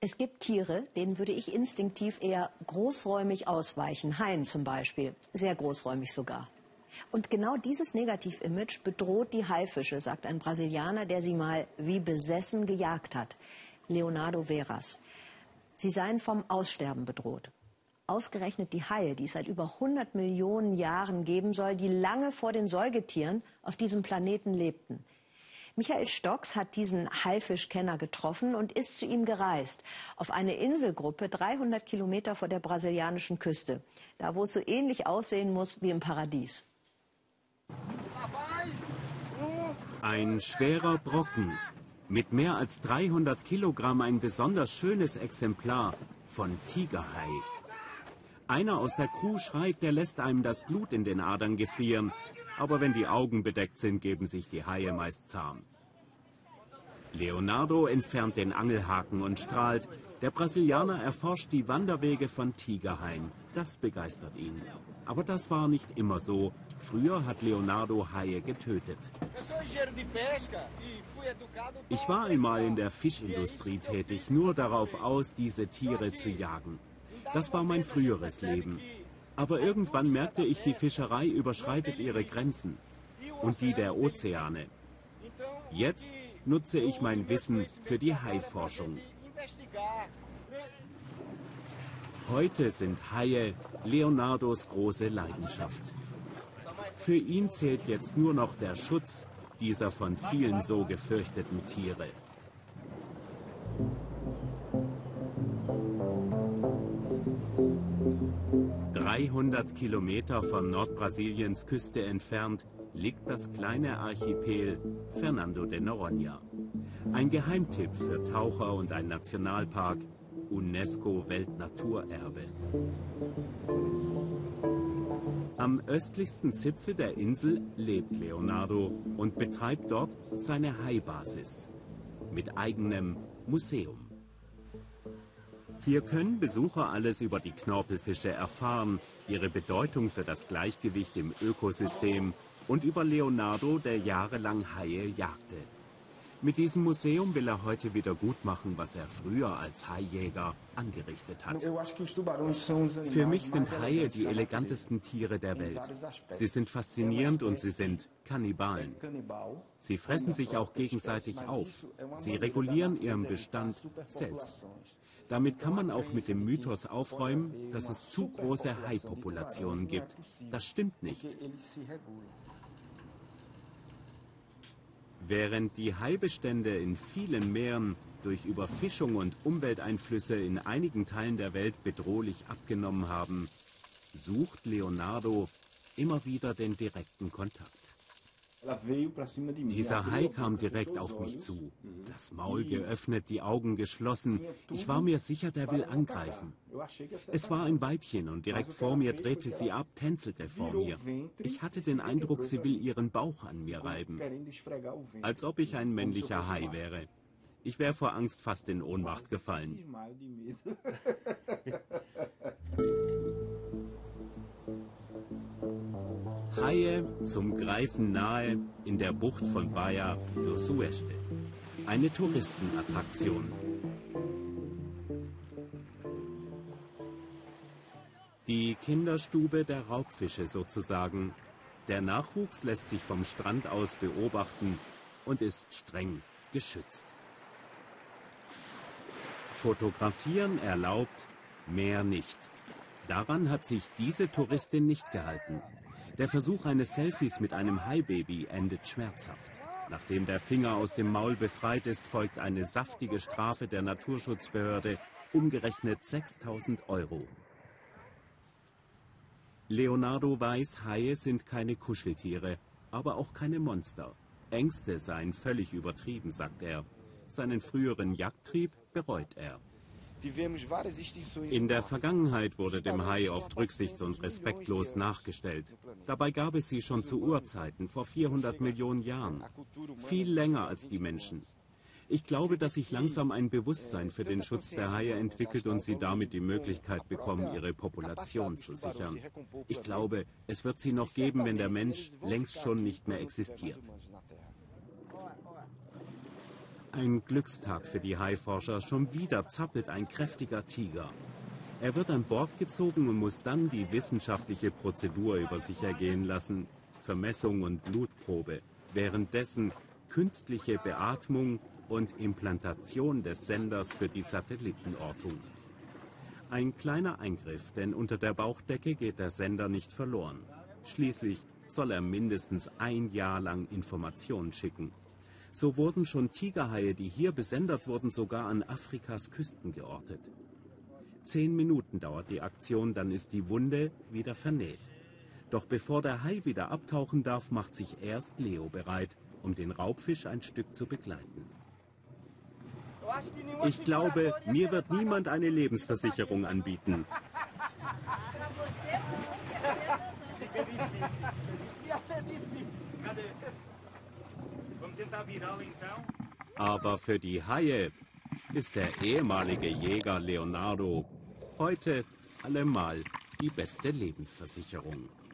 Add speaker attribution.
Speaker 1: Es gibt Tiere, denen würde ich instinktiv eher großräumig ausweichen. Haien zum Beispiel, sehr großräumig sogar. Und genau dieses Negativ-Image bedroht die Haifische, sagt ein Brasilianer, der sie mal wie besessen gejagt hat. Leonardo Veras. Sie seien vom Aussterben bedroht. Ausgerechnet die Haie, die es seit über 100 Millionen Jahren geben soll, die lange vor den Säugetieren auf diesem Planeten lebten. Michael Stocks hat diesen Haifischkenner getroffen und ist zu ihm gereist. Auf eine Inselgruppe 300 Kilometer vor der brasilianischen Küste. Da, wo es so ähnlich aussehen muss wie im Paradies.
Speaker 2: Ein schwerer Brocken. Mit mehr als 300 Kilogramm ein besonders schönes Exemplar von Tigerhai. Einer aus der Crew schreit, der lässt einem das Blut in den Adern gefrieren. Aber wenn die Augen bedeckt sind, geben sich die Haie meist zahm. Leonardo entfernt den Angelhaken und strahlt. Der Brasilianer erforscht die Wanderwege von Tigerhaien. Das begeistert ihn. Aber das war nicht immer so. Früher hat Leonardo Haie getötet. Ich war einmal in der Fischindustrie tätig, nur darauf aus, diese Tiere zu jagen. Das war mein früheres Leben. Aber irgendwann merkte ich, die Fischerei überschreitet ihre Grenzen und die der Ozeane. Jetzt nutze ich mein Wissen für die Haiforschung. Heute sind Haie Leonardos große Leidenschaft. Für ihn zählt jetzt nur noch der Schutz dieser von vielen so gefürchteten Tiere. ...300 Kilometer von Nordbrasiliens Küste entfernt liegt das kleine Archipel Fernando de Noronha. Ein Geheimtipp für Taucher und ein Nationalpark, UNESCO-Weltnaturerbe. Am östlichsten Zipfel der Insel lebt Leonardo und betreibt dort seine Haibasis mit eigenem Museum. Hier können Besucher alles über die Knorpelfische erfahren, ihre Bedeutung für das Gleichgewicht im Ökosystem und über Leonardo, der jahrelang Haie jagte. Mit diesem Museum will er heute wieder gut machen, was er früher als Haijäger angerichtet hat. Für mich sind Haie die elegantesten Tiere der Welt. Sie sind faszinierend und sie sind Kannibalen. Sie fressen sich auch gegenseitig auf. Sie regulieren ihren Bestand selbst. Damit kann man auch mit dem Mythos aufräumen, dass es zu große Haipopulationen gibt. Das stimmt nicht. Während die Haibestände in vielen Meeren durch Überfischung und Umwelteinflüsse in einigen Teilen der Welt bedrohlich abgenommen haben, sucht Leonardo immer wieder den direkten Kontakt. Dieser Hai kam direkt auf mich zu. Das Maul geöffnet, die Augen geschlossen. Ich war mir sicher, der will angreifen. Es war ein Weibchen und direkt vor mir drehte sie ab, tänzelte vor mir. Ich hatte den Eindruck, sie will ihren Bauch an mir reiben. Als ob ich ein männlicher Hai wäre. Ich wäre vor Angst fast in Ohnmacht gefallen. Haie zum Greifen nahe in der Bucht von Baía do Oeste. Eine Touristenattraktion. Die Kinderstube der Raubfische sozusagen. Der Nachwuchs lässt sich vom Strand aus beobachten und ist streng geschützt. Fotografieren erlaubt, mehr nicht. Daran hat sich diese Touristin nicht gehalten. Der Versuch eines Selfies mit einem Haibaby endet schmerzhaft. Nachdem der Finger aus dem Maul befreit ist, folgt eine saftige Strafe der Naturschutzbehörde, umgerechnet 6.000 €. Leonardo weiß, Haie sind keine Kuscheltiere, aber auch keine Monster. Ängste seien völlig übertrieben, sagt er. Seinen früheren Jagdtrieb bereut er. In der Vergangenheit wurde dem Hai oft rücksichts- und respektlos nachgestellt. Dabei gab es sie schon zu Urzeiten, vor 400 Millionen Jahren. Viel länger als die Menschen. Ich glaube, dass sich langsam ein Bewusstsein für den Schutz der Haie entwickelt und sie damit die Möglichkeit bekommen, ihre Population zu sichern. Ich glaube, es wird sie noch geben, wenn der Mensch längst schon nicht mehr existiert. Ein Glückstag für die Haiforscher. Schon wieder zappelt ein kräftiger Tiger. Er wird an Bord gezogen und muss dann die wissenschaftliche Prozedur über sich ergehen lassen. Vermessung und Blutprobe. Währenddessen künstliche Beatmung und Implantation des Senders für die Satellitenortung. Ein kleiner Eingriff, denn unter der Bauchdecke geht der Sender nicht verloren. Schließlich soll er mindestens ein Jahr lang Informationen schicken. So wurden schon Tigerhaie, die hier besendet wurden, sogar an Afrikas Küsten geortet. 10 Minuten dauert die Aktion, dann ist die Wunde wieder vernäht. Doch bevor der Hai wieder abtauchen darf, macht sich erst Leo bereit, um den Raubfisch ein Stück zu begleiten. Ich glaube, mir wird niemand eine Lebensversicherung anbieten. Aber für die Haie ist der ehemalige Jäger Leonardo heute allemal die beste Lebensversicherung.